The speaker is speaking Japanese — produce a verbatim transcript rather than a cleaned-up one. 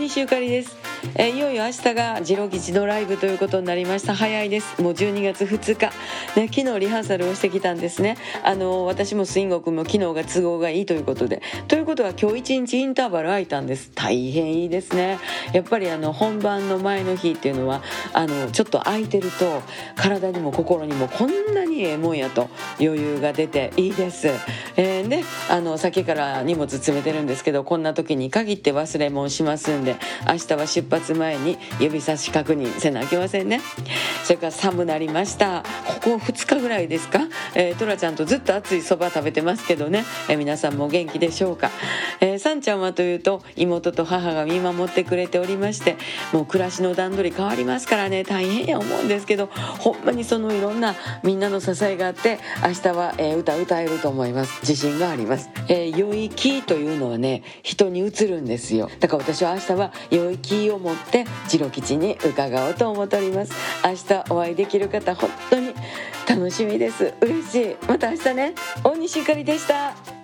西ゆかりです。えー、いよいよ明日が次郎吉のライブということになりました。早いです。もうじゅうにがつふつか、ね、昨日リハーサルをしてきたんですね。あの私もスインゴ君も昨日が都合がいいということで、ということは今日一日インターバル空いたんです。大変いいですね。やっぱりあの本番の前の日っていうのはあのちょっと空いてると体にも心にもこんなにええもんやと余裕が出ていいです。えー、であの先から荷物詰めてるんですけど、こんな時に限って忘れ物しますんで、明日は出発前に指差し確認せなあきませんね。それから寒なりました。ここふつかぐらいですか、えー、トラちゃんとずっと熱いそば食べてますけどね、えー、皆さんも元気でしょうか。えー、さんちゃんはというと妹と母が見守ってくれておりまして、もう暮らしの段取り変わりますからね、大変や思うんですけど、ほんまにそのいろんなみんなの支えがあって明日は、えー、歌歌えると思います。自信があります。えー、良い気というのはね、人に移るんですよ。だから私は明日は良い気を持って次郎吉に伺おうと思っております。明日お会いできる方本当に楽しみです。嬉しい。また明日ね。大西ゆかりでした。